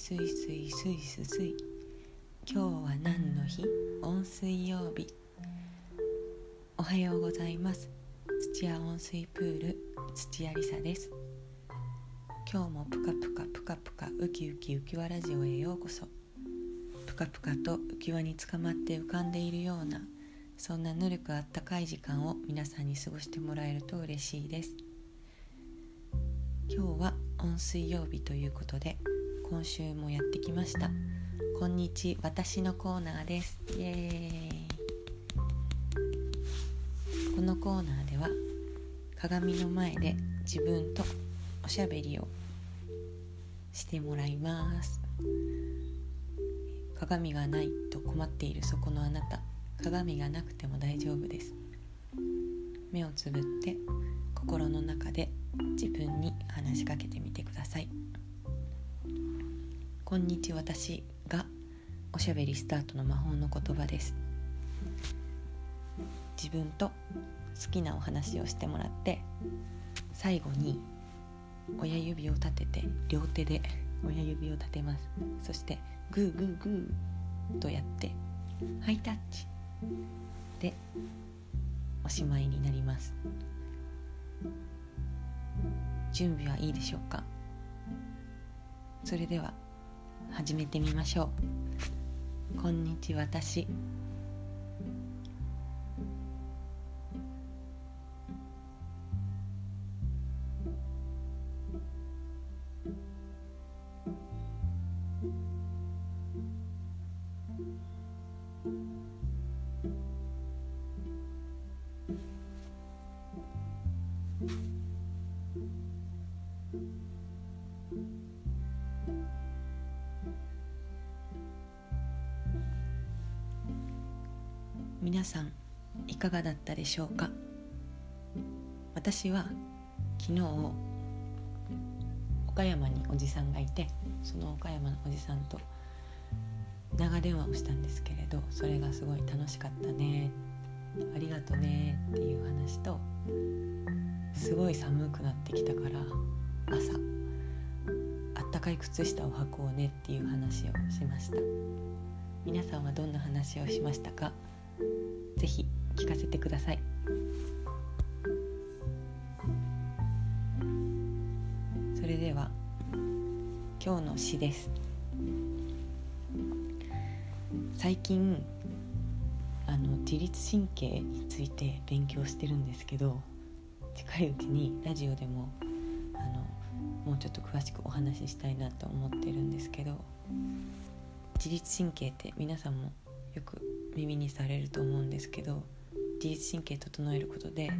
すいすいすいすすい。今日は何の日？温水曜日。おはようございます。土屋温水プール土屋りさです。今日もぷかぷかぷかぷかウキウキ浮き輪ラジオへようこそ。ぷかぷかと浮き輪につかまって浮かんでいるような、そんなぬるくあったかい時間を皆さんに過ごしてもらえると嬉しいです。今日は温水曜日ということで、今週もやってきました。こんにち私のコーナーです。イエーイ。このコーナーでは鏡の前で自分とおしゃべりをしてもらいます。鏡がないと困っているそこのあなた、鏡がなくても大丈夫です。目をつぶって心の中で自分に話しかけてみてください。こんにち私がおしゃべりスタートの魔法の言葉です。自分と好きなお話をしてもらって、最後に親指を立てて、両手で親指を立てます。そしてグーグーグーとやってハイタッチでおしまいになります。準備はいいでしょうか？それでは始めてみましょう。こんにち私。皆さんいかがだったでしょうか？私は昨日岡山におじさんがいて、その岡山のおじさんと長電話をしたんですけれど、それがすごい楽しかったね、ありがとねっていう話と、すごい寒くなってきたから朝あったかい靴下を履こうねっていう話をしました。皆さんはどんな話をしましたか？ぜひ聞かせてください。それでは今日の詩です。最近自律神経について勉強してるんですけど、近いうちにラジオでももうちょっと詳しくお話ししたいなと思ってるんですけど、自律神経って皆さんもよく耳にされると思うんですけど、自律神経整えることで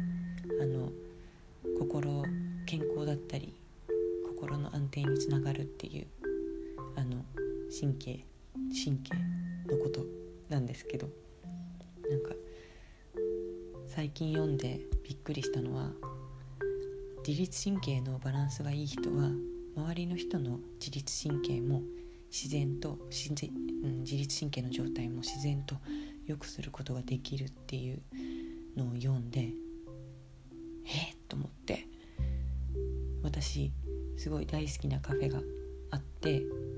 心健康だったり心の安定につながるっていう神経のことなんですけど、なんか最近読んでびっくりしたのは、自律神経のバランスがいい人は周りの人の自律神経も自律神経の状態も自然と良くすることができるっていうのを読んで、と思って、私すごい大好きなカフェがあって、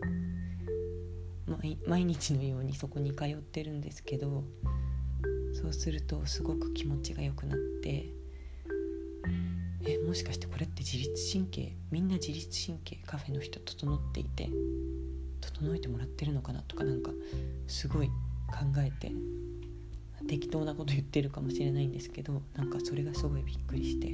毎日のようにそこに通ってるんですけど、そうするとすごく気持ちが良くなって、もしかしてこれって自律神経、みんな自律神経カフェの人整っていて整えてもらってるのかなとか、なんかすごい考えて、適当なこと言ってるかもしれないんですけど、なんかそれがすごいびっくりして、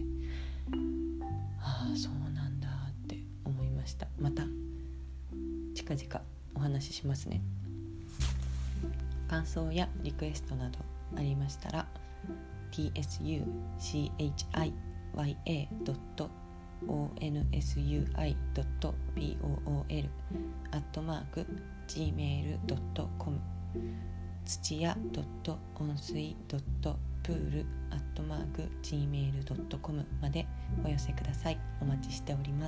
そうなんだって思いました。また近々お話ししますね。感想やリクエストなどありましたら tsuyi.wansui.pool@gmail.com 土屋温水pool@gmail.com までお寄せください。お待ちしております。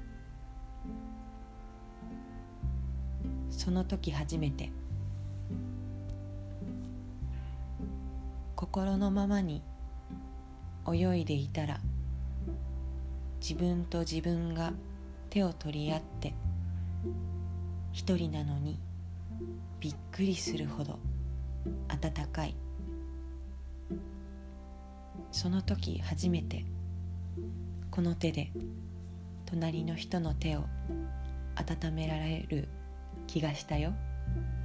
その時初めて心のままに泳いでいたら、自分と自分が手を取り合って一人なのにびっくりするほど暖かい。その時初めてこの手で隣の人の手を温められる気がしたよ。